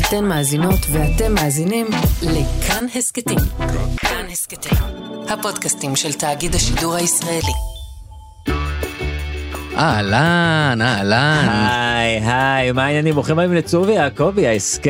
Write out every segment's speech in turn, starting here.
אתן מאזינות ואתם מאזינים לכאן הסקטים. כאן הסקטים, הפודקאסטים של תאגיד השידור הישראלי. אהלן. היי, מה העניינים? ברוכים הבאים לצור ויעקבי,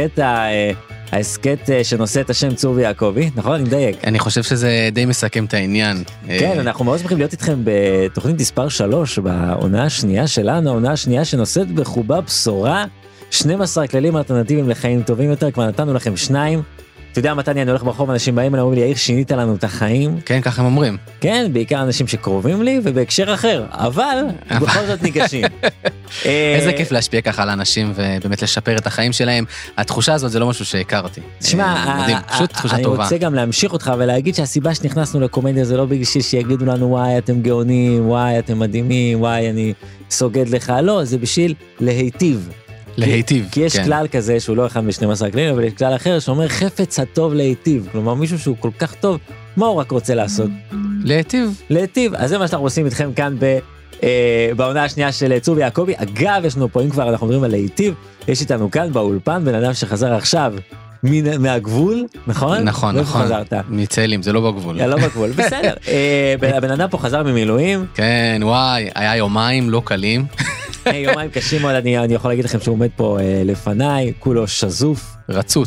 ההסקט שנושא את השם צור ויעקבי, נכון? אני מדייק. אני חושב שזה די מסכם את העניין. כן, אנחנו מאוד שמחים להיות איתכם בתוכנית מספר 3, בעונה השנייה שלנו, העונה השנייה שנושאת בחובה בשורה, 12 כללים אלטרנטיביים לחיים טובים יותר, כבר נתנו לכם 2. אתה יודע, מתני, אני הולך ברחוב, אנשים באים ואומרים לי, יאיר, שינית לנו את החיים. כן, ככה הם אומרים. כן, בעיקר אנשים שקרובים לי, ובהקשר אחר, אבל בכל זאת ניגשים. איזה כיף להשפיע ככה על אנשים, ובאמת לשפר את החיים שלהם. התחושה הזאת זה לא משהו שהכרתי. תשמע, מדהים, פשוט תחושה טובה. אני רוצה גם להמשיך אותך ולהגיד שהסיבה שנכנסנו לקומדיה זה לא בגלל שיגידו לנו, וואי, אתם גאונים, וואי, אתם מדהימים, וואי, אני סוגד לך. לא, זה בשביל להיטיב. כי יש כלל כזה שהוא לא אחד מ-12 כללים, אבל יש כלל אחר שאומר חפץ הטוב להיטיב. כלומר, מישהו שהוא כל כך טוב, מה הוא רק רוצה לעשות? להיטיב. אז זה מה שאנחנו עושים איתכם כאן בעונה השנייה של צור ויעקבי. אגב, יש לנו פה, אם כבר אנחנו מדברים על להיטיב, יש איתנו כאן באולפן בן אדם שחזר עכשיו מהגבול, נכון? נכון. מצאלים, זה לא בגבול. לא בגבול, בסדר. בן אדם פה חזר ממילואים. כן, וואי, היה יומיים לא קלים. יומיים קשים מאוד, אני יכול להגיד לכם שהוא עומד פה לפניי, כולו שזוף.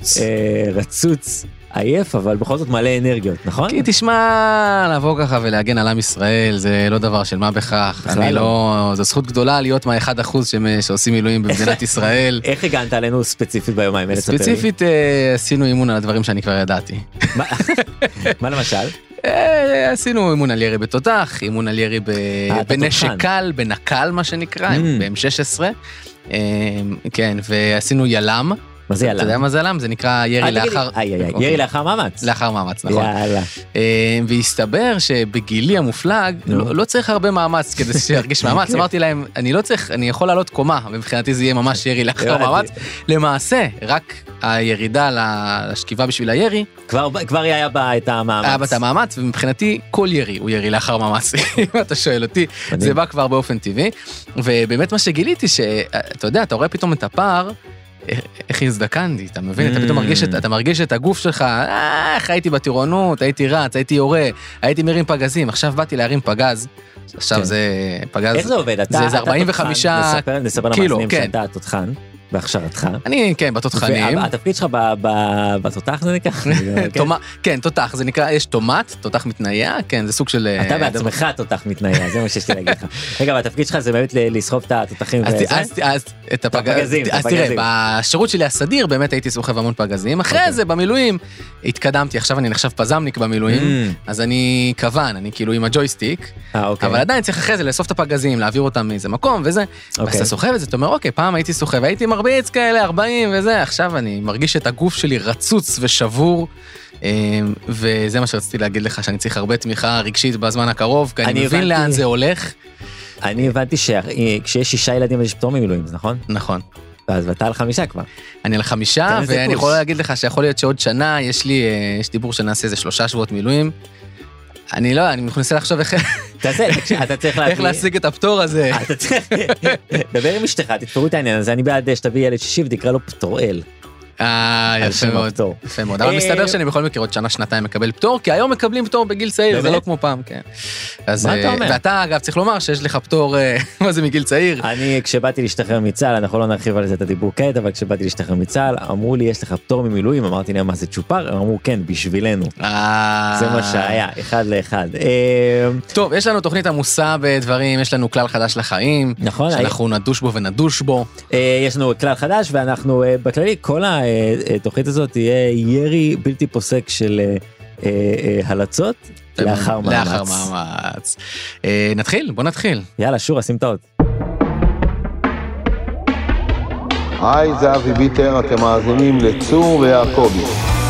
רצוץ, עייף, אבל בכל זאת מלא אנרגיות, נכון? כי תשמע, לבוא ככה ולהגן על עם ישראל, זה לא דבר של מה בכך. אני לא, זו זכות גדולה להיות מה-1% שעושים מילואים במדינת ישראל. איך הגנת עלינו ספציפית ביומיים? ספציפית עשינו אימון על הדברים שאני כבר ידעתי. מה למשל? עשינו אימון על ירי בתותח, אימון על ירי בנשק קל, בנקל מה שנקרא, ב-M16, כן, ועשינו ילם. מה זה ילם? אתה יודע מה זה ילם? זה נקרא ירי לאחר... ירי לאחר מאמץ. לאחר מאמץ, נכון. יאללה. והסתבר שבגילי המופלג לא צריך הרבה מאמץ כדי שירגיש מאמץ. אמרתי להם, אני לא צריך, אני יכול לעלות קומה, ומבחינתי זה יהיה ממש ירי לאחר מאמץ. למעשה, רק הירידה לשכיבה בשביל הירי. כבר היה בה את המאמץ. היה בה את המאמץ, ומבחינתי כל ירי הוא ירי לאחר מאמץ. אם אתה שואל אותי, זה בא כבר באופן טבעי. ובאמת מה שגיליתי, שאתה יודע, אתה רואה פתאום את הפער, איך הזדקנתי, אתה מבין? אתה פתאום מרגיש את הגוף שלך, איך הייתי בטירונות, הייתי רץ, הייתי יורה, הייתי מרים פגזים, עכשיו באתי להרים פגז, עכשיו זה פגז, איך זה עובד? זה 45 נספר למאזינים שאתה התותחן, בהכשרתך. אני, כן, בתותחנים. והתפקיד שלך בתותח זה נקרא? כן, תותח, זה נקרא, יש תומט, תותח מתנייע, כן, זה סוג של... אתה בעצמך תותח מתנייע, זה מה שיש לי להגיד לך. רגע, והתפקיד שלך זה באמת לסחוב את התותחים וזה? אז את הפגזים. אז תראה, בשירות שלי הסדיר באמת הייתי סוחב המון פגזים, אחרי זה במילואים התקדמתי, עכשיו אני נחשב פזמניק במילואים, אז אני כוון, אני כאילו עם הג'ויסטיק, אבל עדיין צריך אחרי זה לאסוף את הפגזים, להעביר אותם מאיזה מקום וזה, ואז אתה סוחב את זה, אתה אומר, אוקיי, פעם הייתי סוחב, הייתי מרביץ כאלה 40 וזה, עכשיו אני מרגיש את הגוף שלי רצוץ ושבור, וזה מה שרציתי להגיד לך, שאני צריך הרבה תמיכה רגשית בזמן הקרוב, כי אני מבין לאן זה הולך. אני הבנתי שכשיש 6 ילדים יש פטור ממילואים, נכון? נכון. ואתה על 5 כבר. אני על 5, ואני יכול להגיד לך שיכול להיות שעוד שנה, יש דיבור שנעשה איזה 3 שבועות מילואים. אני לא, אני מנסה לחשוב איך להשיג את הפטור הזה. אתה צריך, דבר עם אשתך, תתפרו את העניין הזה, אני בעד שתביא ילד 6 ותקרא לו פטוראל. יפה מאוד, אבל מסתבר שאני בכל מקרה עוד שנה, שנתיים מקבל פטור, כי היום מקבלים פטור בגיל צעיר, זה לא כמו פעם, כן. מה אתה אומר? ואתה אגב צריך לומר שיש לך פטור, מה זה מגיל צעיר? אני כשבאתי להשתחרר מצה"ל, אנחנו לא נרחיב על זה את הדיבור כעת, אבל כשבאתי להשתחרר מצה"ל, אמרו לי יש לך פטור ממילואים, אמרתי להם מה זה צ'ופר, הם אמרו כן, בשבילנו. זה מה שהיה, 1 ל-1. טוב, יש לנו תוכנית עמוסה בדברים, יש לנו כלל חדש לחיים, שאנחנו נדוש בו ונדוש בו. יש לנו כלל חדש, ואנחנו בכללי, כל התוכנית הזאת תהיה ירי בלתי פוסק של הלצות לאחר מאמץ. נתחיל, בוא נתחיל. יאללה, שור, שים את האות. היי, זה אבי ביטר, אתם מאזינים לצור ויעקבי.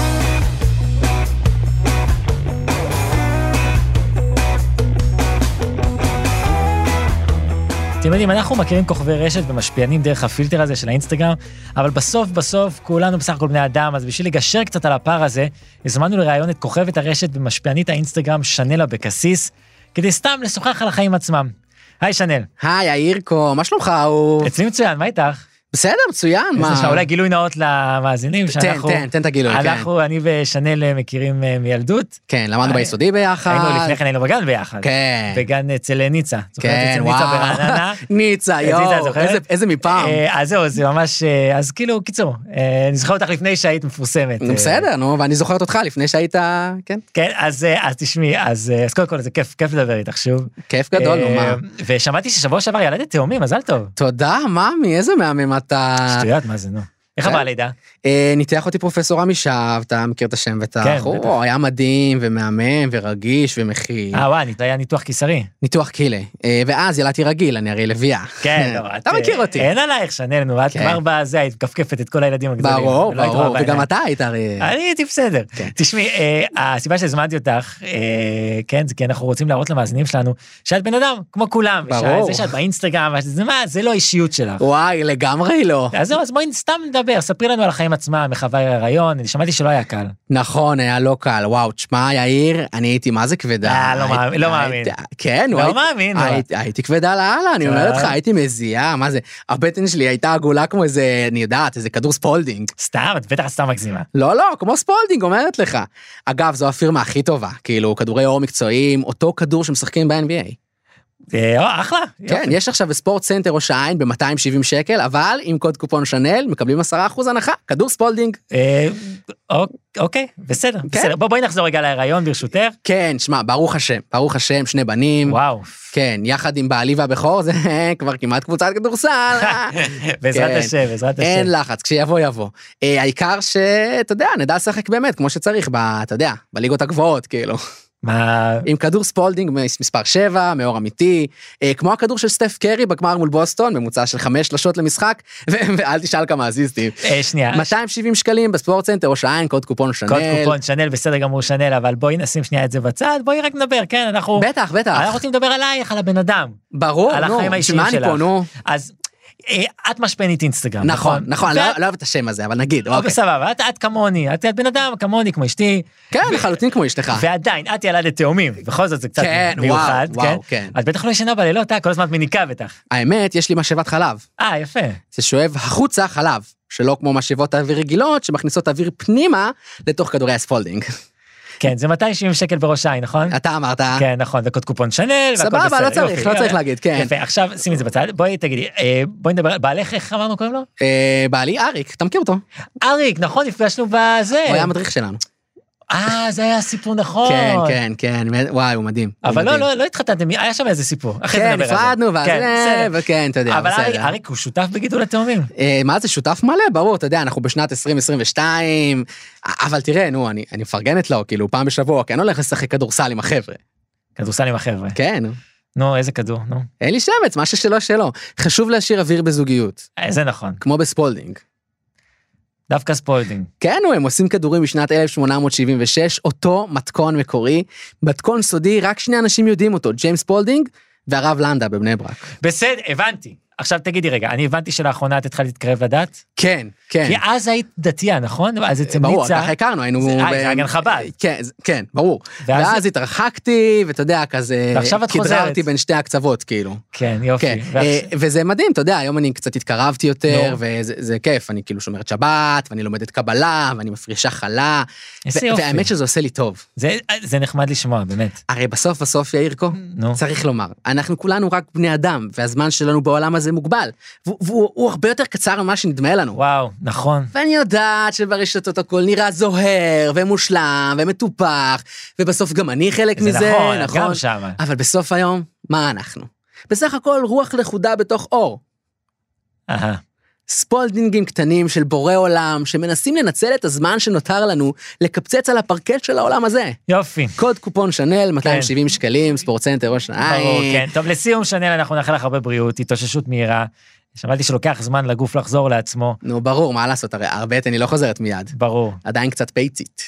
אתם יודעים, אנחנו מכירים כוכבי רשת ומשפיענים דרך הפילטר הזה של האינסטגרם, אבל בסוף כולנו בסך הכל בני אדם, אז בשביל לגשר קצת על הפער הזה, הזמנו לראיון את כוכבת הרשת ומשפיענית האינסטגרם שנל אבקסיס, כדי סתם לשוחח על החיים עצמם. היי שנל. היי, יאירקו, מה שלומך? אצלי מצוין, מה איתך? בסדר, מצוין. אולי גילוי נאות למאזינים, תן את הגילוי, כן. אני ושנל מכירים מילדות. כן, למדנו ביסודי ביחד. היינו לפני כן, היינו בגן ביחד. כן. בגן אצל ניצה. כן, וואו. ניצה ברעננה. ניצה, איזה מפעם. אז זהו, זה ממש, אז כאילו, קיצור, אני זוכר אותך לפני שהיית מפורסמת. בסדר, נו, ואני זוכרת אותך לפני שהיית, כן. כן, אז תשמעי, אז קודם כל, זה כיף לדבר איתך שוב. כיף גדול, נו, מה? ושמעתי ששבוע שעבר ילדת תאומים, מזל טוב. תודה, ממי, איזה מהמם אתה. שטויות, מה זה, נו. איך הבא לידה? ניתח אותי פרופסור עמישב, אתה מכיר את השם ואת הוא היה מדהים ומהמם ורגיש ומכיל. וואי, היה ניתוח קיסרי. ניתוח קילה, ואז ילדתי רגיל, אני הרי לביאה. כן, לא, אתה מכיר אותי. אין עלייך שנל, נו, את כבר בזה, היית כפכפת את כל הילדים הגדולים. ברור, וגם אתה היית הרי. אני הייתי בסדר. תשמעי, הסיבה שהזמנתי אותך, כן, זה כי אנחנו רוצים להראות למאזינים שלנו, שאת בן אדם, כמו כולם, זה שאת באינסטגרם, זה לא האישיות שלך. וואי, לגמרי לא. אז בואי סתם נדבר, ספרי לנו על החיים עצמם, מחווי ההיריון, אני שמעתי שלא היה קל. נכון, היה לא קל, וואו, תשמע, יאיר, אני הייתי מה זה כבדה. לא מאמין. כן, לא מאמין. הייתי כבדה לאללה, אני אומר לך, הייתי מזיעה, מה זה, הבטן שלי הייתה עגולה כמו איזה, אני יודעת, איזה כדור ספולדינג. סתם, את בטח סתם מגזימה. לא, כמו ספולדינג, אומרת לך. אגב, זו הפירמה הכי טובה, כאילו, כדורי אור מקצועיים, אותו כדור שמשחקים ב-NBA. אחלה. כן, יש עכשיו בספורט סנטר ראש העין ב-270 שקל, אבל עם קוד קופון שנל מקבלים 10% הנחה, כדור ספולדינג. אוקיי, בסדר. בואי נחזור רגע להיריון ברשותך. כן, שמע, ברוך השם, 2 בנים. וואו. כן, יחד עם בעלי והבכור, זה כבר כמעט קבוצת כדורסל. בעזרת השם, בעזרת השם. אין לחץ, כשיבוא. העיקר שאתה יודע, נדע לשחק באמת, כמו שצריך, אתה יודע, בליגות הגבוהות, כאילו. עם כדור ספולדינג מספר 7, מאור אמיתי, כמו הכדור של סטף קרי בגמר מול בוסטון, ממוצע של 5 שלשות למשחק, ואל תשאל כמה אזיזתי. שנייה. 270 שקלים בספורט סנטר, ראש העין, קוד קופון שנל. קוד קופון שנל, בסדר גמור שנל, אבל בואי נשים שנייה את זה בצד, בואי רק נדבר, כן, אנחנו... בטח. אנחנו רוצים לדבר עלייך, על הבן אדם. ברור, על החיים האישיים שלך. אז... את משפענית אינסטגרם, נכון, לא אוהב את השם הזה, אבל נגיד, אוקיי. בסבבה, את כמוני, את בן אדם כמוני, כמו אשתי. כן, לחלוטין כמו אשתך. ועדיין, את ילדת תאומים, בכל זאת זה קצת מיוחד, כן? את בטח לא ישנה בלילות, כל הזמן מניקה בטח. האמת, יש לי משאבת חלב. יפה. זה שואב החוצה חלב, שלא כמו משאבות אוויר רגילות, שמכניסות אוויר פנימה לתוך כדורי הספולדינג. כן, זה 270 שקל בראש העין, נכון? אתה אמרת. כן, נכון, וקוד קופון שנל, סבבה, לא צריך להגיד, כן. יפה, עכשיו שימי את זה בצד, בואי תגידי, בואי נדבר, בעלך איך אמרנו קוראים לו? בעלי אריק, אתה מכיר אותו? אריק, נכון, נפגשנו בזה. הוא היה מדריך שלנו. זה היה סיפור נכון. כן, וואי, הוא מדהים. אבל לא התחתנתם, היה שם איזה סיפור. כן, נפרדנו, וכן, אתה יודע, בסדר. אבל אריק הוא שותף בגידול התאומים. מה זה, שותף מלא? ברור, אתה יודע, אנחנו בשנת 2022, אבל תראה, נו, אני מפרגנת לו, כאילו, פעם בשבוע, כי אני הולך לשחק כדורסל עם החבר'ה. כדורסל עם החבר'ה. כן. נו, איזה כדור, נו. אין לי שמץ, מה שלו. חשוב להשאיר אוויר בזוגיות. זה נכון. כמו בספולדינג. דווקא ספולדינג. כן, הם עושים כדורים משנת 1876, אותו מתכון מקורי, מתכון סודי, רק 2 אנשים יודעים אותו, ג'יימס ספולדינג והרב לנדה בבני ברק. בסדר, הבנתי. עכשיו תגידי רגע, אני הבנתי שלאחרונה את התחלת להתקרב לדת? כן. כי אז היית דתייה, נכון? אז אצל ניצה... ברור, ככה הכרנו, היינו... זה היה גן חב"ד. כן, ברור. ואז התרחקתי, ואתה יודע, כזה... ועכשיו את חוזרת. כדררתי בין 2 הקצוות, כאילו. כן, יופי. וזה מדהים, אתה יודע, היום אני קצת התקרבתי יותר, וזה כיף, אני כאילו שומרת שבת, ואני לומדת קבלה, ואני מפרישה חלה, והאמת שזה עושה לי טוב. זה נחמד לשמוע, באמת. הרי בסוף, יאירקו, צריך לומר, אנחנו כולנו רק בני אדם, והזמן שלנו בעולם הזה מוגבל, והוא הרבה יותר קצר ממה שנדמה לנו. וואו, נכון. ואני יודעת שברשתות הכל נראה זוהר, ומושלם, ומטופח, ובסוף גם אני חלק מזה, נכון, גם שם. אבל בסוף היום, מה אנחנו? בסך הכל רוח לחודה בתוך אור. ספולדינגים קטנים של בורא עולם, שמנסים לנצל את הזמן שנותר לנו, לקפצץ על הפרקט של העולם הזה. יופי. קוד קופון שנל, 270 שקלים, ספורט סנטר ראש העין. ברור, כן. טוב, לסיום שנל, אנחנו נאחל לך הרבה בריאות, התאוששות מהירה. שמעתי שלוקח זמן לגוף לחזור לעצמו. נו, ברור, מה לעשות, הרי הרבה אני לא חוזרת מיד. ברור. עדיין קצת פייצית.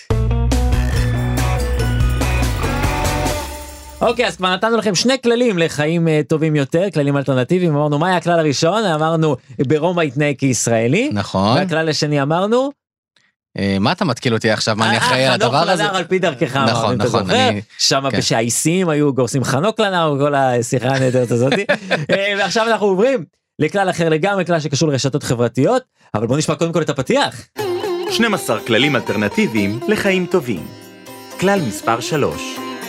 אוקיי, אז כבר נתנו לכם 2 כללים לחיים טובים יותר, כללים אלטרנטיביים. אמרנו, מה היה הכלל הראשון? אמרנו, ברומא יתנהג כישראלי. נכון. והכלל השני אמרנו... מה אתה מתקיל אותי עכשיו? מה אני אחראי על הדבר הזה? חנוך לנער על פי דרכך. נכון. שם בשעיסים היו גורסים חנוך לנער, וכל השיחה הנהדרת הזאת. ועכשיו אנחנו עוברים לכלל אחר לגמרי, כלל שקשור לרשתות חברתיות, אבל בוא נשמע קודם כל את הפתיח. 12 כללים אלטרנטיביים לחיים טובים. כלל מספר 3.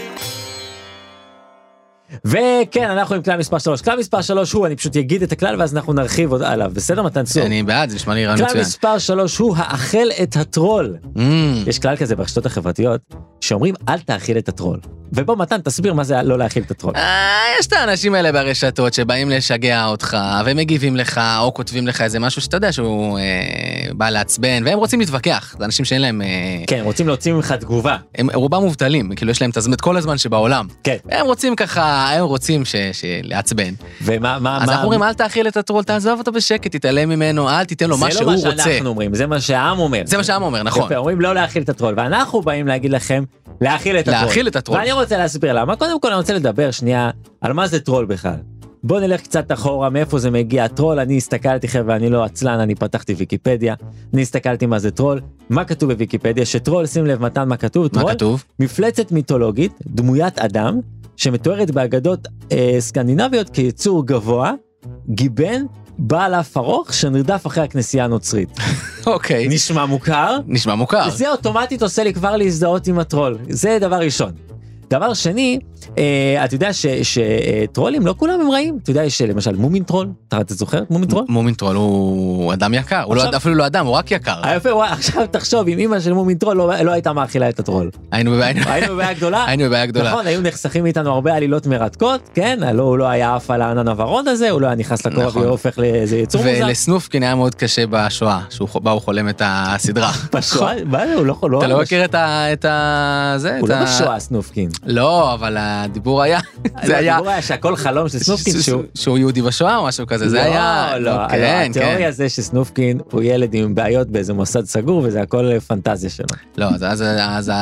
וכן, אנחנו עם כלל מספר 3. כלל מספר 3 הוא, אני פשוט אגיד את הכלל ואז אנחנו נרחיב עוד עליו. בסדר, מתן צור? אני בעד, זה נשמע לי רעיון מצוין. כלל מספר 3 הוא האכל את הטרול. יש כלל כזה ברשתות החברתיות, שאומרים אל תאכיל את הטרול. ובוא מתן, תסביר מה זה לא להאכיל את הטרול. יש את האנשים האלה ברשתות שבאים לשגע אותך, ומגיבים לך, או כותבים לך איזה משהו שאתה יודע שהוא בא לעצבן, והם רוצים להתווכח. זה אנשים שאין להם... כן, רוצים להוציא ממך תגובה. הם רובם מובטלים, כאילו יש להם את כל הזמן שבעולם. כן. הם רוצים ככה, הם רוצים לעצבן. ומה... אז אנחנו אומרים, אל תאכיל את הטרול, תעזוב אותו בשקט, תתעלם ממנו, אל תיתן לו מה שהוא רוצה. זה לא מה שאנחנו אומרים, זה מה שהעם אומר. זה מה שהעם אומר, נכון. אומרים לא להאכיל את הטרול, ואנחנו באים להגיד לכם להאכיל את הטרול. להאכיל את הטרול. ואני רוצה להסביר למה. קודם כל אני רוצה לדבר שנייה על מה זה טרול בכלל. בוא נלך קצת אחורה, מאיפה זה מגיע הטרול. אני הסתכלתי חבר'ה, אני לא עצלן, אני פתחתי ויקיפדיה, אני הסתכלתי מה זה טרול, מה כתוב בוויקיפדיה, שטרול, שים לב מתן מה כתוב, טרול, מה כתוב? מפלצת מיתולוגית, דמוית אדם, שמתוארת באגדות סקנדינביות כיצור גבוה, גיבן, בעל אף ארוך, שנרדף אחרי הכנסייה הנוצרית. אוקיי. נשמע מוכר? נשמע מוכר. זה אוטומטית עושה לי כבר להזדהות עם הטרול, זה דבר ראשון. דבר שני, אתה יודע שטרולים לא כולם הם רעים, אתה יודע יש למשל מומין טרול, אתה זוכר מומין טרול? מומין טרול הוא אדם יקר, הוא אפילו לא אדם, הוא רק יקר. עכשיו תחשוב, אם אמא של מומין טרול לא הייתה מאכילה את הטרול. היינו בבעיה גדולה. היינו בבעיה גדולה. נכון, היו נחסכים איתנו הרבה עלילות מרתקות, כן, הוא לא היה אף על הענן הוורוד הזה, הוא לא היה נכנס לקורא והופך לאיזה יצור מוזר. ולסנופקין היה מאוד קשה בשואה, שבה הוא חולם את הסדרה. בשואה? הוא לא... אתה לא מכיר את זה? הוא לא בשואה סנופקין. לא, אבל הדיבור היה... הדיבור היה שהכל חלום של סנופקין שהוא יהודי בשואה או משהו כזה, זה היה... לא, התיאוריה זה שסנופקין הוא ילד עם בעיות באיזה מוסד סגור וזה הכל פנטזיה שלו. לא, אז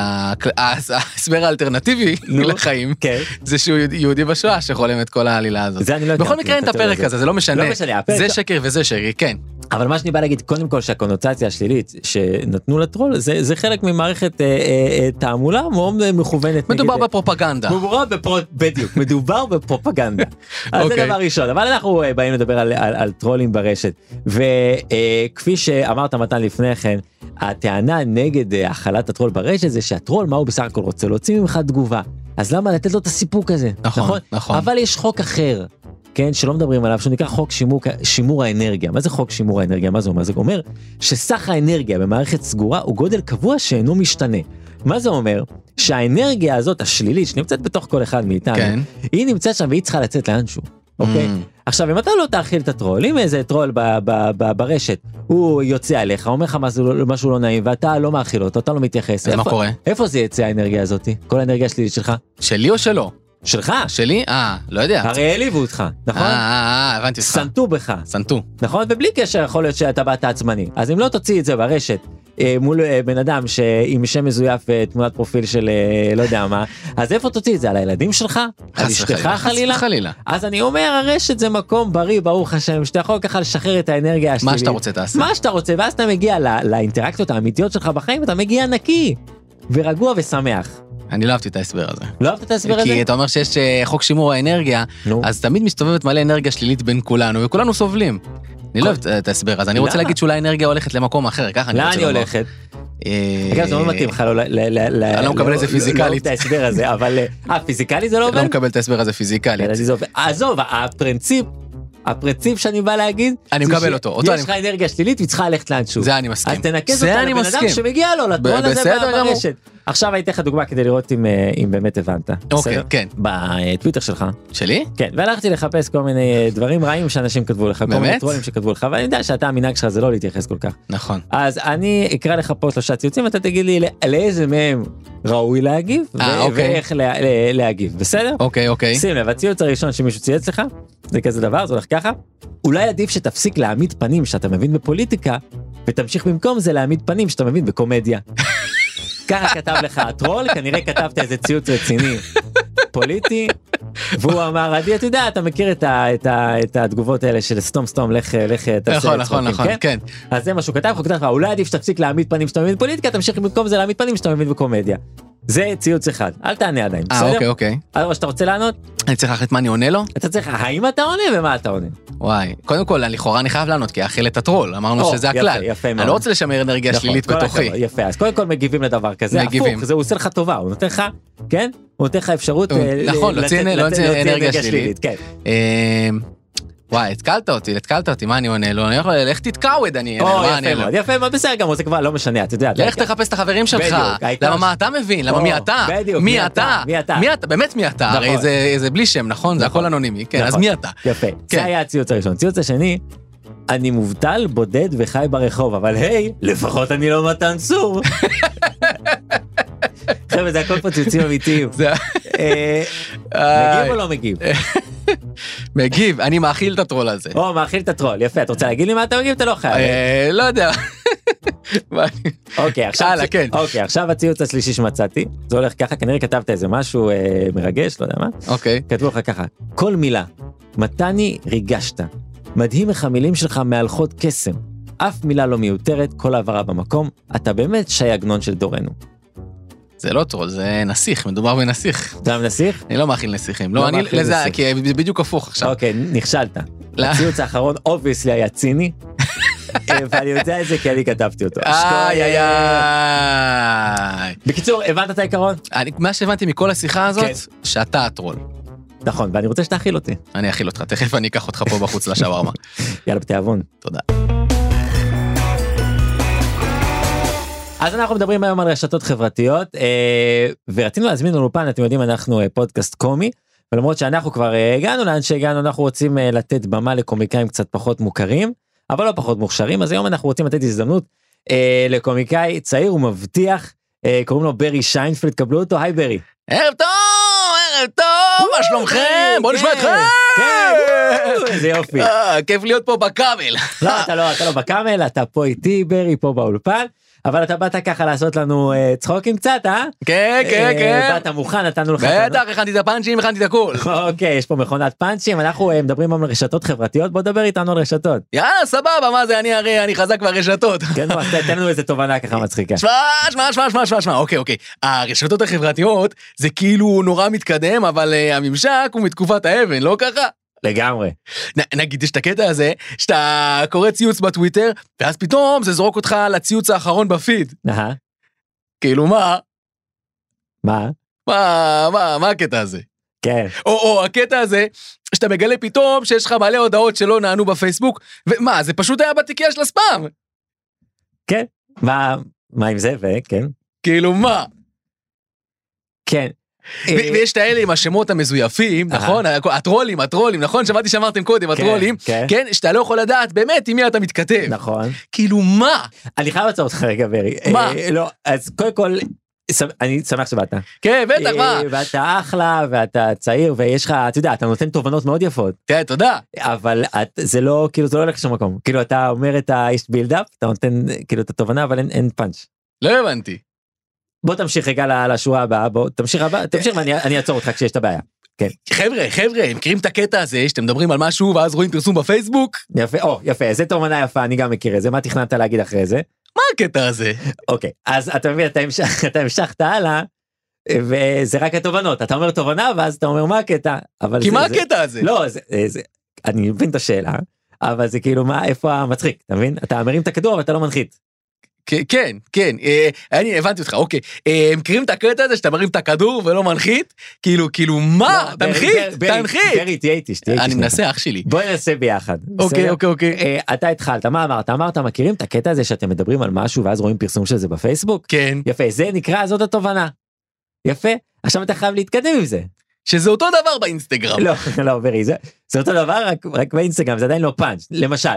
ההסבר האלטרנטיבי לחיים זה שהוא יהודי בשואה שחולם את כל העלילה הזאת. בכל מקרה אין את הפרק הזה, זה לא משנה. זה שקר וזה שקר, כן. אבל מה שאני בא להגיד, קודם כל שהקונוטציה השלילית שנתנו לטרול, זה חלק ממערכת תעמולה מאוד מכוונת. מדובר בפרופגנדה. בדיוק, מדובר בפרופגנדה. אז זה דבר ראשון, אבל אנחנו באים לדבר על טרולים ברשת. וכפי שאמרת מתן לפני כן, הטענה נגד החלת הטרול ברשת זה שהטרול, מה הוא בסך הכל רוצה? להוציא ממך תגובה. אז למה לתת לו את הסיפוק הזה? נכון, נכון. אבל יש חוק אחר. כן, שלא מדברים עליו, שהוא נקרא חוק שימור האנרגיה. מה זה חוק שימור האנרגיה? מה זה אומר? זה אומר שסך האנרגיה במערכת סגורה הוא גודל קבוע שאינו משתנה. מה זה אומר? שהאנרגיה הזאת, השלילית, שנמצאת בתוך כל אחד מאיתנו, כן. היא נמצאת שם והיא צריכה לצאת לאנשהו. אוקיי? עכשיו, אם אתה לא תאכיל את הטרול, אם איזה טרול ברשת, הוא יוצא עליך, אומר לך משהו לא נעים, ואתה לא מאכיל אותו, אתה לא מתייחס. אז מה קורה? איפה זה יצא האנרגיה הזאת? כל האנרגיה השלילית שלך? שלי או שלו? שלך. שלי? לא יודע. הרי העליבו אותך, נכון? הבנתי אותך. סנטו בך. סנטו. נכון? ובלי קשר יכול להיות שאתה באת עצמני. אז אם לא תוציא את זה ברשת, מול בן אדם עם שם מזויף תמונת פרופיל של לא יודע מה, אז איפה תוציא את זה? על הילדים שלך? על אשתך חלילה? אז אני אומר, הרשת זה מקום בריא, ברוך השם, שאתה יכול ככה לשחרר את האנרגיה השלילית. מה שאתה רוצה תעשה. מה שאתה רוצה, ואז אתה מגיע לאינטראקציות האמיתיות שלך בחיים, אתה מגיע נקי, ורגוע ושמח. אני לא אהבתי את ההסבר הזה. לא אהבת את ההסבר הזה? כי אתה אומר שיש חוק שימור האנרגיה, אז תמיד מסתובבת מלא אנרגיה שלילית בין כולנו, וכולנו סובלים. אני לא אוהב את ההסבר הזה, אני רוצה להגיד שאולי האנרגיה הולכת למקום אחר, ככה אני רוצה לומר. לאן היא הולכת? אגב, זה לא מתאים לך, אני לא מקבל את זה פיזיקלית. לא אוהב את ההסבר הזה, אבל... פיזיקלי זה לא עובד? לא מקבל את ההסבר הזה פיזיקלית. עזוב, הפרינציפ שאני בא להגיד, אני מקבל אותו. יש לך אנרגיה שלילית והיא ללכת לאנשהו. זה אני מסכים. אז תנקז אותה לבן אדם שמגיע לו, לטרול הזה ברשת. עכשיו הייתי לך דוגמה כדי לראות אם באמת הבנת. אוקיי, כן. בטוויטר שלך. שלי? כן, והלכתי לחפש כל מיני דברים רעים שאנשים כתבו לך, כל מיני טרולים שכתבו לך, ואני יודע שאתה המנהג שלך זה לא להתייחס כל כך. נכון. אז אני אקרא לך פה 3 ציוצים, ואתה תגיד לי לאיזה מהם ראוי להגיב, ואיך להגיב, בסדר? אוקיי. שים לב, הציוץ הראשון שמישהו צייץ לך, זה כזה דבר, זה הולך ככה. אולי עדיף שתפסיק להעמיד פנים שאתה מבין בפוליטיקה, ותמשיך במקום זה להעמיד פנים שאתה מבין בקומדיה. ככה כתב לך הטרול, כנראה כתבת איזה ציוץ רציני פוליטי, והוא אמר, עדי, אתה יודע, אתה מכיר את התגובות האלה של סתום, לך, תעשה את צחוקים, כן? אז זה מה שהוא כתב, הוא כתב לך, אולי עדיף שתפסיק להעמיד פנים שאתה מבין פוליטיקה, תמשיך במקום זה להעמיד פנים שאתה מבין בקומדיה. זה ציוץ אחד, אל תענה עדיין, בסדר? אוקיי. אבל שאתה רוצה לענות? אני צריך להחליט מה אני עונה לו? אתה צריך, האם אתה עונה ומה אתה עונה? וואי, קודם כל, לכאורה אני חייב לענות, כי אכיל את הטרול, אמרנו שזה הכלל. אני לא רוצה לשמר אנרגיה שלילית בתוכי. יפה, אז קודם כל מגיבים לדבר כזה, הפוך, זה עושה לך טובה, הוא נותן לך, כן? הוא נותן לך אפשרות להוציא אנרגיה שלילית. כן. וואי, התקלת אותי, מה אני עונה לו? אני יכול ללכת תתקעווד, אני עונה לו. יפה מאוד, בסדר גמור, זה כבר לא משנה, אתה יודע. לך תחפש את החברים שלך, למה מה אתה מבין? למה מי אתה? מי אתה? באמת מי אתה? הרי זה בלי שם, נכון? זה הכל אנונימי, כן, אז מי אתה? יפה, זה היה הציוץ הראשון. ציוץ השני, אני מובטל, בודד וחי ברחוב, אבל היי, לפחות אני לא מתן צור. חבר'ה, זה הכל פה ציוצים אמיתיים. מגיב או לא מגיב? מגיב, אני מאכיל את הטרול הזה. מאכיל את הטרול, יפה, אתה רוצה להגיד לי מה אתה מגיב? אתה לא חייב. לא יודע. אוקיי, עכשיו הציוץ השלישי שמצאתי, זה הולך ככה, כנראה כתבת איזה משהו מרגש, לא יודע מה. אוקיי. כתבו לך ככה, כל מילה, מתני ריגשת, מדהים איך המילים שלך מהלכות קסם, אף מילה לא מיותרת, כל העברה במקום, אתה באמת שי עגנון של דורנו. זה לא טרול, זה נסיך, מדובר בנסיך. אתה נסיך? אני לא מאכיל נסיכים. לא, אני לזה, כי זה בדיוק הפוך עכשיו. אוקיי, נכשלת. הציוץ האחרון, obviously היה ציני, ואני יודע את זה כי אני כתבתי אותו. בקיצור, הבנת את העיקרון? מה שהבנתי מכל השיחה הזאת, שאתה הטרול. נכון, ואני רוצה שתאכיל אותי. אני אכיל אותך, תכף אני אקח אותך פה בחוץ לשווארמה. יאללה, בתיאבון. תודה. אז אנחנו מדברים היום על רשתות חברתיות, ורצינו להזמין לאולפן, אתם יודעים, אנחנו פודקאסט קומי, ולמרות שאנחנו כבר הגענו לאן שהגענו, אנחנו רוצים לתת במה לקומיקאים קצת פחות מוכרים, אבל לא פחות מוכשרים, אז היום אנחנו רוצים לתת הזדמנות לקומיקאי צעיר ומבטיח, קוראים לו ברי שיינפלד, קבלו אותו, היי ברי. ערב טוב, מה שלומכם? בוא נשמע אתכם. כן, איזה יופי. כיף להיות פה בקאמל. לא, אתה לא בקאמל, אתה פה איתי, ברי, פה באולפן. אבל אתה באת ככה לעשות לנו צחוקים קצת, אה? כן. באת מוכן, נתנו לך... בטח, הכנתי את הפאנצ'ים, הכנתי את הכול. אוקיי, יש פה מכונת פאנצ'ים, אנחנו מדברים על רשתות חברתיות, בוא דבר איתנו על רשתות. יאללה, סבבה, מה זה, אני חזק ברשתות. כן, אז תן לנו איזה תובנה ככה מצחיקה. שמע, אוקיי. הרשתות החברתיות זה כאילו נורא מתקדם, אבל הממשק הוא מתקופת האבן, לא ככה? לגמרי. נגיד, יש את הקטע הזה, שאתה קורא ציוץ בטוויטר, ואז פתאום זה זורק אותך לציוץ האחרון בפיד. כאילו מה? מה הקטע הזה? כן. או הקטע הזה, שאתה מגלה פתאום שיש לך מלא הודעות שלא נענו בפייסבוק, ומה, זה פשוט היה בתיקייה של הספאם. כן. מה עם זה, וכן? כאילו מה? כן. ויש את האלה עם השמות המזויפים, נכון? הטרולים, נכון? שמעתי שאמרתם קודם, הטרולים, כן? שאתה לא יכול לדעת באמת עם מי אתה מתכתב. נכון. כאילו מה? אני חייב לעצור אותך רגע, ברי. מה? לא, אז קודם כל, אני שמח שבאת. כן, בטח, מה? ואתה אחלה, ואתה צעיר, ויש לך, אתה יודע, אתה נותן תובנות מאוד יפות. כן, תודה. אבל זה לא, כאילו, זה לא הולך לשום מקום. כאילו, אתה אומר את האיש בילדאפ, אתה נותן, כאילו, את התובנה, אבל אין פאנץ'. לא הבנתי. בוא תמשיך רגע לשורה הבאה, תמשיך ואני אעצור אותך כשיש את הבעיה. כן. חבר'ה, מכירים את הקטע הזה שאתם מדברים על משהו ואז רואים פרסום בפייסבוק? יפה, זה תובנה יפה, אני גם מכיר את זה, מה תכננת להגיד אחרי זה? מה הקטע הזה? אוקיי, אז אתה מבין, אתה המשכת הלאה, וזה רק התובנות, אתה אומר תובנה ואז אתה אומר מה הקטע? כי מה הקטע הזה? לא, אני מבין את השאלה, אבל זה כאילו איפה המצחיק, אתה מבין? אתה מרים את הכדור אבל אתה לא מנחית. כן, אני הבנתי אותך, אוקיי, מכירים את הקטע הזה שאתה מרים את הכדור ולא מנחית? כאילו מה? תנחית. ברי, תהיה איתי. אני מנסה, אח שלי. בואי ננסה ביחד. אוקיי. אתה התחלת, מה אמרת? אמרת, מכירים את הקטע הזה שאתם מדברים על משהו ואז רואים פרסום של זה בפייסבוק? כן. יפה, זה נקרא, זאת התובנה. יפה, עכשיו אתה חייב להתקדם עם זה. שזה אותו דבר באינסטגרם. לא, ברי, זה אותו דבר רק באינסטגרם, זה עדיין לא פאנץ', למשל.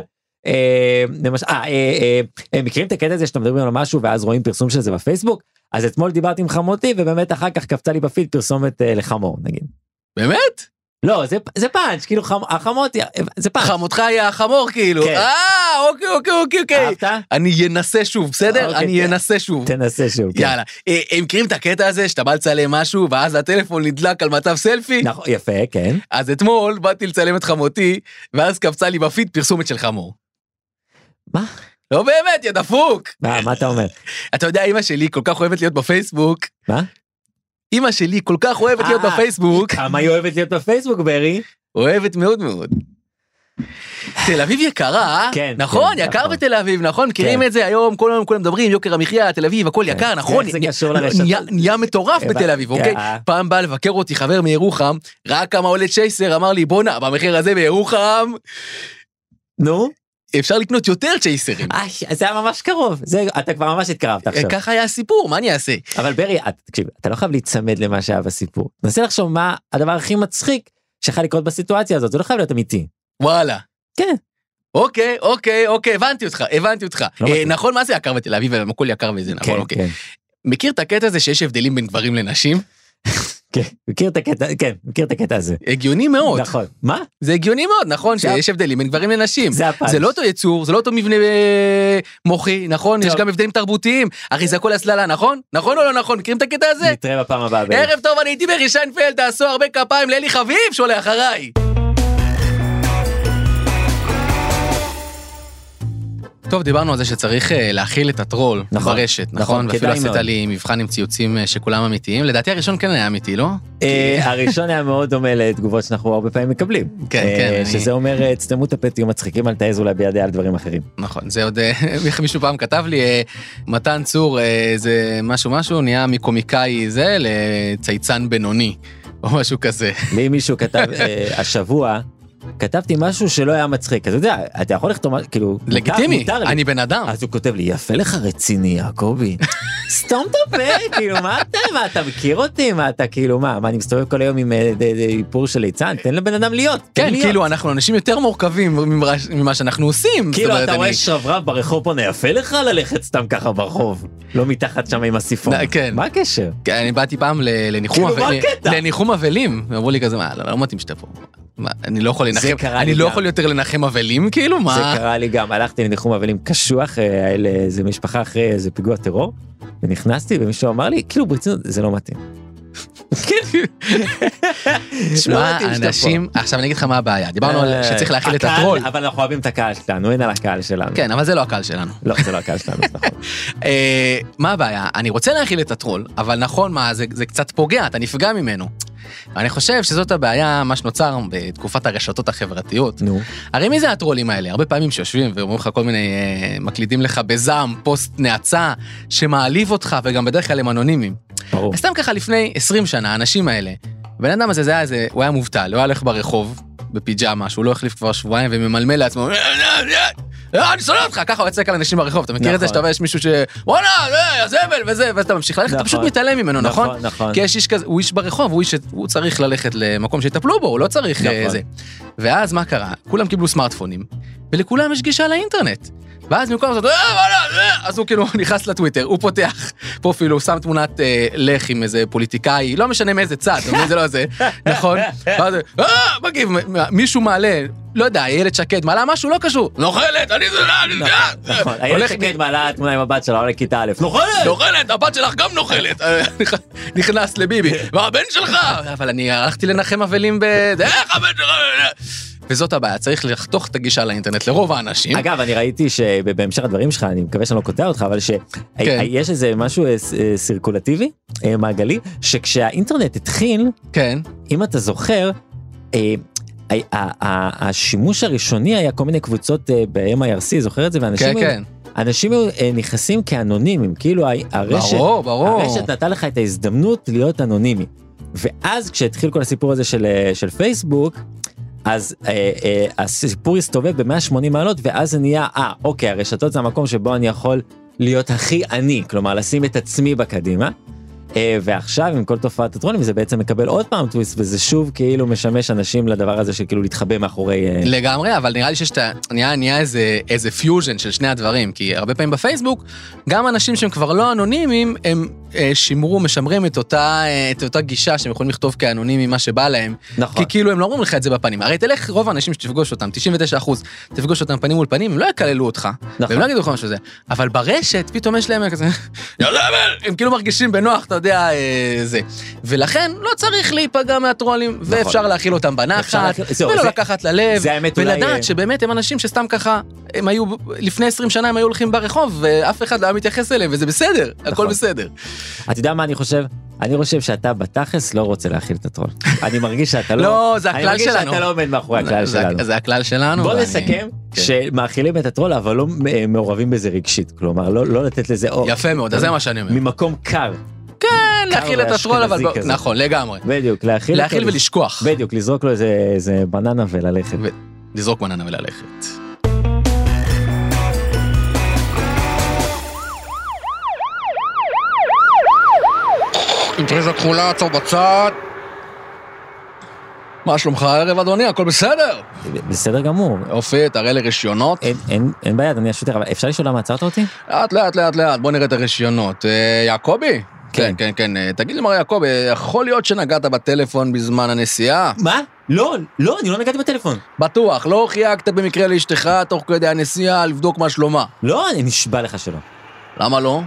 מכירים את הקטע הזה שאתם מדברים על משהו ואז רואים פרסום של זה בפייסבוק? אז אתמול דיברתי עם חמותי ובאמת אחר כך קפצה לי בפיד פרסומת לחמור נגיד. באמת? לא, זה פאנץ', כאילו החמות, זה פאנץ'. חמותך היא החמור, כאילו. אוקיי. אהבת? אני אנסה שוב, בסדר? אני אנסה שוב. תנסה שוב, כן. יאללה. הם מכירים את הקטע הזה, שאתה בא לצלם משהו, ואז הטלפון נדלק על מצב סלפי? נכון, יפה, כן. אז אתמול באתי לצלם את חמותי, ואז קפצה לי בפיד פרסומת של חמור. מה? לא באמת, יא דפוק. מה אתה אומר? אתה יודע, אמא שלי כל כך אוהבת להיות בפייסבוק. מה? אמא שלי כל כך אוהבת להיות בפייסבוק. כמה היא אוהבת להיות בפייסבוק, ברי? אוהבת מאוד מאוד. תל אביב יקרה, כן, נכון? כן, יקר נכון. בתל אביב, נכון? מכירים כן. את זה היום, כולם מדברים, יוקר המחיה, תל אביב, הכל יקר, נכון? איך זה קשור לרשתות? נהיה מטורף בתל אביב, אוקיי? פעם בא לבקר אותי חבר מירוחם, ראה כמה עולה צ'ייסר, אמר לי, בונה, במחיר הזה בירוחם, נו? אפשר לקנות יותר צ'ייסרים. זה היה ממש קרוב, אתה כבר ממש התקרבת עכשיו. ככה היה הסיפור, מה אני אעשה? אבל ברי, תקשיב, אתה לא חייב להצמד למה שהיה בסיפור. נסה לחשוב מה הדבר הכי מצחיק שיכול לקרות בסיטואציה הזאת, זה לא חייב להיות אמיתי. וואלה. כן. אוקיי, הבנתי אותך. נכון, מה זה יקר בתל אביב, הכל יקר וזה, נכון, אוקיי. מכיר את הקטע הזה שיש הבדלים בין גברים לנשים? כן, מכיר את הקטע הזה. הגיוני מאוד. נכון. מה? זה הגיוני מאוד, נכון, שיש הבדלים בין גברים לנשים. זה לא אותו יצור, זה לא אותו מבנה מוחי, נכון? יש גם הבדלים תרבותיים. אחי, זה הכל הסללה, נכון? נכון או לא נכון? מכירים את הקטע הזה? נתראה בפעם הבאה. ערב טוב, אני הייתי ברי שיינפלד, תעשו הרבה כפיים לאלי חביב שעולה אחריי. טוב, דיברנו על זה שצריך להכיל את הטרול ברשת, נכון? ואפילו עשית לי מבחן עם ציוצים שכולם אמיתיים. לדעתי הראשון כן היה אמיתי, לא? הראשון היה מאוד דומה לתגובות שאנחנו הרבה פעמים מקבלים. כן. שזה אומר, תסתמו את הפתיום מצחיקים, אל תעזו להביע דעה על דברים אחרים. נכון, זה עוד, מישהו פעם כתב לי, מתן צור, זה משהו, נהיה מקומיקאי זה לצייצן בינוני, או משהו כזה. לי מישהו כתב השבוע, כתבתי משהו שלא היה מצחיק, אז אתה יודע, אתה יכול לכתוב, כאילו, לגיטימי, אני בן אדם. אז הוא כותב לי, יפה לך רציני, יעקבי. סתום את הפה, כאילו, מה אתה מכיר אותי? מה אתה, כאילו, מה, אני מסתובב כל היום עם איפור של ליצן? תן לבן אדם להיות. כן, כאילו, אנחנו אנשים יותר מורכבים ממה שאנחנו עושים. כאילו, אתה רואה שרברב ברחוב פה, יפה לך ללכת סתם ככה ברחוב, לא מתחת שם עם הסיפון. מה הקשר? אני באתי פעם לניחום אבלים, ואמרו לי כזה, מה, לא מתאים שאתה פה. אני לא יכול לנחם, אני לא יכול יותר לנחם אבלים, כאילו, מה? זה קרה לי גם, הלכתי לניחום אבלים קשוח, היה לאיזה משפחה אחרי איזה פיגוע טרור, ונכנסתי ומישהו אמר לי, כאילו ברצינות, זה לא מתאים. תשמע, אנשים, עכשיו אני אגיד לך מה הבעיה, דיברנו על שצריך להכיל את הטרול. אבל אנחנו אוהבים את הקהל שלנו, אין על הקהל שלנו. כן, אבל זה לא הקהל שלנו. לא, זה לא הקהל שלנו, נכון. מה הבעיה? אני רוצה להכיל את הטרול, אבל נכון מה, זה קצת פוגע, אתה נפגע ממנו. אני חושב שזאת הבעיה, מה שנוצר בתקופת הרשתות החברתיות. נו. הרי מי זה הטרולים האלה? הרבה פעמים שיושבים ואומרים לך כל מיני, מקלידים לך בזעם, פוסט נאצה, שמעליב אותך, וגם בדרך כלל הם אנונימיים. ברור. סתם ככה לפני 20 שנה, האנשים האלה, בן אדם הזה, הוא היה מובטל, הוא היה הולך ברחוב, בפיג'מה, שהוא לא החליף כבר שבועיים, וממלמל לעצמו, אני שונא אותך, ככה הוא יצא כאן אנשים ברחוב, אתה מכיר את זה שאתה יש מישהו וואלה, הזבל וזה, ואז אתה ממשיך ללכת, אתה פשוט מתעלם ממנו, נכון? כי יש איש כזה, הוא איש ברחוב, הוא צריך ללכת למקום שיטפלו בו, הוא לא צריך זה. ואז מה קרה? כולם קיבלו סמארטפונים, ולכולם יש גישה לאינטרנט. ואז במקום זאת, אז הוא כאילו נכנס לטוויטר, הוא פותח פרופיל, הוא שם תמונת לך עם איזה פוליטיקאי, לא משנה מאיזה צד, זה לא זה, נכון? ואז, מגיב, מישהו מעלה, לא יודע, איילת שקד מעלה משהו לא קשור, נוחלת, אני זה, נכון, איילת שקד מעלה תמונה עם הבת שלה, עולה כיתה א', נוחלת, הבת שלך גם נוחלת, נכנס לביבי, והבן שלך, אבל אני הלכתי לנחם אבלים איך הבן שלך, וזאת הבעיה, צריך לחתוך את הגישה לאינטרנט לרוב האנשים. אגב, אני ראיתי שבהמשך הדברים שלך, אני מקווה שאני לא קוטע אותך, אבל שיש איזה משהו סירקולטיבי, מעגלי, שכשהאינטרנט התחיל, אם אתה זוכר, השימוש הראשוני היה כל מיני קבוצות ב-MIRC, זוכר את זה? אנשים נכנסים כאנונימים, כאילו הרשת נתן לך את ההזדמנות להיות אנונימי. ואז כשהתחיל כל הסיפור הזה של פייסבוק, אז הסיפור הסתובב ב-180 מעלות, ואז זה נהיה, אוקיי, הרשתות זה המקום שבו אני יכול להיות הכי עני, כלומר, לשים את עצמי בקדימה, ועכשיו עם כל תופעת הטרולים, זה בעצם מקבל עוד פעם טוויסט, וזה שוב כאילו משמש אנשים לדבר הזה שכאילו להתחבא מאחורי... לגמרי, אבל נראה לי נהיה איזה פיוז'ן של שני הדברים, כי הרבה פעמים בפייסבוק, גם אנשים שהם כבר לא אנונימיים, הם משמרים את אותה גישה שהם יכולים לכתוב כאנונימי מה שבא להם, כי כאילו הם לא אומרים לך את זה בפנים. הרי תלך רוב האנשים שתפגוש אותם, 99%, תפגוש אותם פנים מול פנים, הם לא יקללו אותך, והם לא יגידו לך משהו זה. אבל ברשת, פתאום יש להם כזה, הם כאילו מרגישים בנוח, אתה יודע, זה. ולכן לא צריך להיפגע מהטרולים, ואפשר להכיל אותם בנחת, ולא לקחת ללב, ולדעת שבאמת הם אנשים שסתם ככה, הם היו, לפני 20 שנה הם היו הולכים ברחוב, ואף אחד לא היה מתייחס אליהם, וזה בסדר, הכל בסדר. אתה יודע מה אני חושב? אני חושב שאתה בתכלס לא רוצה להכיל את הטרול. אני מרגיש שאתה לא... לא, זה הכלל שלנו. אני מרגיש שאתה לא עומד מאחורי הכלל שלנו. זה הכלל שלנו. בוא נסכם שמאכילים את הטרול, אבל לא מעורבים בזה רגשית. כלומר, לא לתת לזה אור. יפה מאוד, זה מה שאני אומר. ממקום קר. כן, להכיל את הטרול, אבל נכון, לגמרי. בדיוק, להכיל ולשכוח. בדיוק, לזרוק לו איזה בננה וללכת. לזרוק בננה וללכת. אינטריזה כחולה, עצור בצד. מה שלומך הערב, אדוני? הכל בסדר? בסדר גמור. יופי, תראה לי רשיונות. אין בעיה, אדוני השוטר, אבל אפשר לשאול למה עצרת אותי? לאט, בוא נראה את הרשיונות. יעקובי? כן. תגיד לי, מר יעקובי, יכול להיות שנגעת בטלפון בזמן הנסיעה? מה? לא, אני לא נגעתי בטלפון. בטוח, לא חייגת במקרה לאשתך תוך כדי הנסיעה לבדוק מה שלומה. לא, אני נשבע לך שלא. למה לא?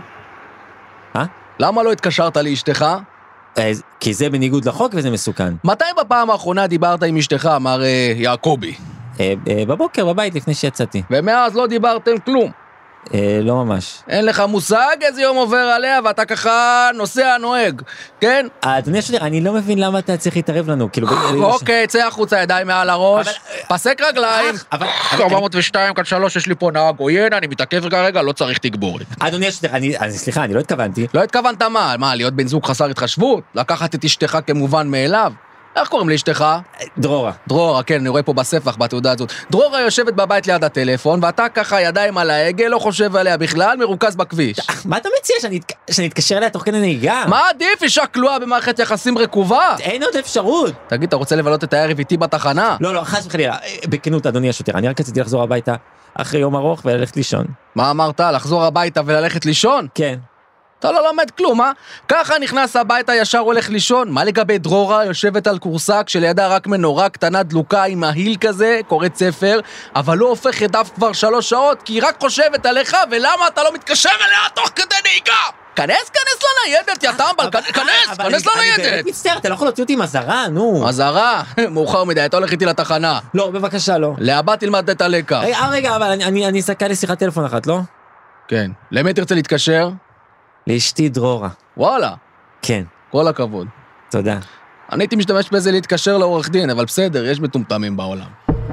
למה לא התקשרת לאשתך? כי זה בניגוד לחוק וזה מסוכן. מתי בפעם האחרונה דיברת עם אשתך, מר יעקובי? בבוקר, בבית, לפני שיצאתי. ומאז לא דיברתם כלום? לא ממש. אין לך מושג איזה יום עובר עליה, ואתה ככה נוסע נוהג, כן? אדוני השוטר, אני לא מבין למה אתה צריך להתערב לנו, כאילו... אוקיי, צא החוצה, ידיים מעל הראש, פסק רגליים. 402 כאן 3, יש לי פה נהג עוין, אני מתעכב כרגע, לא צריך תגבורת. אדוני השוטר, סליחה, אני לא התכוונתי. לא התכוונת מה, להיות בן זוג חסר התחשבות? לקחת את אשתך כמובן מאליו? איך קוראים לאשתך? דרורה, כן, אני רואה פה בספח, בתעודה הזאת. דרורה יושבת בבית ליד הטלפון, ואתה ככה ידיים על ההגה, לא חושב עליה בכלל, מרוכז בכביש. מה אתה מציע, שאני אתקשר אליה תוך כדי נהיגה? מה עדיף, אישה כלואה במערכת יחסים רקובה? אין עוד אפשרות. תגיד, אתה רוצה לבלות את הערב איתי בתחנה? לא, חס וחלילה, בכנות, אדוני השוטר, אני רק רציתי לחזור הביתה אחרי יום ארוך וללכת לישון. מה אמרת? לחזור הביתה וללכת לישון? כן. אתה לא לומד כלום, מה? ככה נכנס הביתה ישר הולך לישון? מה לגבי דרורה יושבת על קורסה כשלידה רק מנורה קטנה דלוקה עם מהיל כזה, קוראת ספר, אבל לא הופך את דף כבר 3 שעות כי היא רק חושבת עליך, ולמה אתה לא מתקשר אליה תוך כדי נהיגה? כנס לניידת, יא טמבל, כנס לניידת. אני באמת מצטער, אתה לא יכול להוציא אותי עם אזהרה, נו. אזהרה? מאוחר מדי, אתה הולך איתי לתחנה. לא, בבקשה, לא. לאבא תלמד את הלקח. רגע, אבל אני אסתכל לשיחת טלפון אחת, לא? כן. למי תרצה להתקשר? לאשתי דרורה. וואלה. כן. כל הכבוד. תודה. אני הייתי משתמש בזה להתקשר לעורך דין, אבל בסדר, יש מטומטמים בעולם.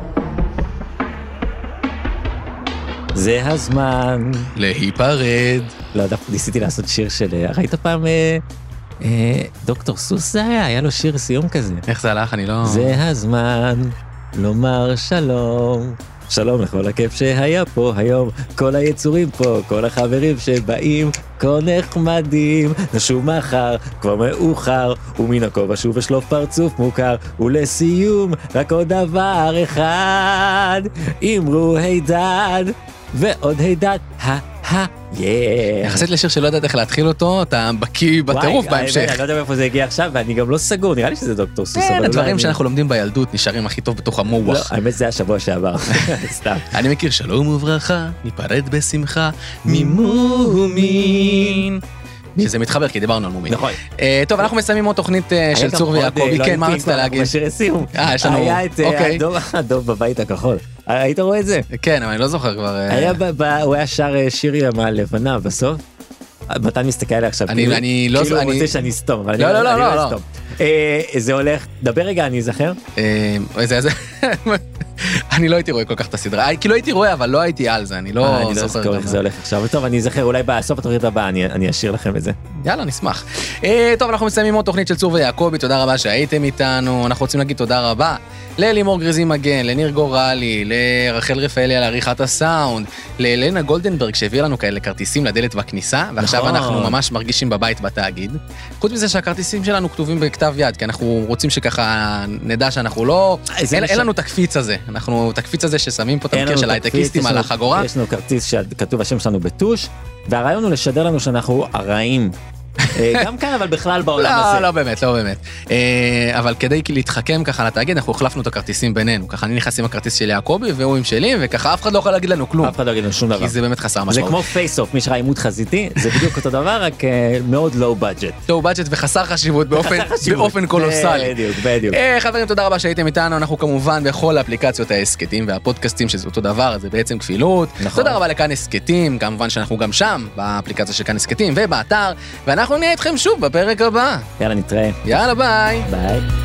זה הזמן להיפרד. לא, דווקא ניסיתי לעשות שיר של... ראית פעם דוקטור סוס זה היה לו שיר סיום כזה. איך זה הלך? אני לא... זה הזמן לומר שלום. שלום לכל הכיף שהיה פה היום, כל היצורים פה, כל החברים שבאים, כה נחמדים, נשוב מחר, כבר מאוחר, ומן הכובע שוב ושלוף פרצוף מוכר, ולסיום, רק עוד דבר אחד, אמרו הידד, ועוד הידד, יחסית לשיר שלא יודעת איך להתחיל אותו, אתה בקיא בטירוף בהמשך. אני לא יודע מאיפה זה הגיע עכשיו, ואני גם לא סגור, נראה לי שזה דוקטור סוס. כן, הדברים שאנחנו לומדים בילדות נשארים הכי טוב בתוך המוח. לא, האמת זה השבוע שעבר, סתם. אני מכיר שלום וברכה, ניפרד בשמחה, ממומין. שזה מתחבר, כי דיברנו על מומין. נכון. טוב, אנחנו מסיימים עוד תוכנית של צור ויעקובי. כן, מה רצית להגיד? יש לנו... היה את הדוב בבית הכחול. היית רואה את זה? כן, אבל אני לא זוכר כבר... הוא היה שר שירי מהלבנה בסוף. מתן מסתכל עליה עכשיו, כאילו הוא רוצה שאני אסתום, אבל אני לא אסתום. זה הולך, דבר רגע, אני אזכר. אני לא הייתי רואה כל כך את הסדרה, כאילו הייתי רואה, אבל לא הייתי על זה, אני לא זוכר איך זה הולך עכשיו. טוב, אני אזכר, אולי בסוף התוכנית הבאה אני אשאיר לכם את זה. יאללה, נשמח. טוב, אנחנו מסיימים עוד תוכנית של צור ויעקובי, תודה רבה שהייתם איתנו, אנחנו רוצים להגיד תודה רבה ללימור גריזי מגן, לניר גורלי, לרחל רפאלי על עריכת הסאונד, לאלנה גולדנברג שהביא לנו כאלה כרטיסים לדלת בכניסה, ועכשיו אנחנו ממש מרגישים בבית בתאגיד. חוץ מזה שהכרטיסים שלנו כתובים בכתב יד, כי אנחנו רוצים שככה נדע שאנחנו לא... אין לנו תקפיץ הזה, אנחנו תקפיץ הזה ששמים פה את המקר של הייטקיסטים על החגורה. יש לנו כרטיס שכתוב השם שלנו בטוש, והרעיון הוא לשדר לנו שאנחנו הרעים גם כאן, אבל בכלל בעולם הזה. לא באמת, לא באמת. אבל כדי להתחכם ככה לתאגיד, אנחנו החלפנו את הכרטיסים בינינו. ככה אני נכנס עם הכרטיס של יעקובי, והוא עם שלי, וככה אף אחד לא יכול להגיד לנו כלום. אף אחד לא יגיד לנו שום דבר. כי זה באמת חסר משמעות. זה כמו פייס-אוף, מי שראה עימות חזיתי, זה בדיוק אותו דבר, רק מאוד לואו בדג'ט. לואו בדג'ט וחסר חשיבות באופן קולוסלי. בדיוק. חברים, תודה רבה שהייתם איתנו. אנחנו כמובן בכל האפליקציות ההסקטים והפודקאסטים, שזה אותו דבר, זה בעצם כפילות. תודה רבה לכאן הסקטים, כמובן שאנחנו גם שם, באפליקציה של כאן הסקטים ובאתר, ואנחנו נהיה איתכם שוב בפרק הבא. יאללה, נתראה. יאללה, ביי. ביי.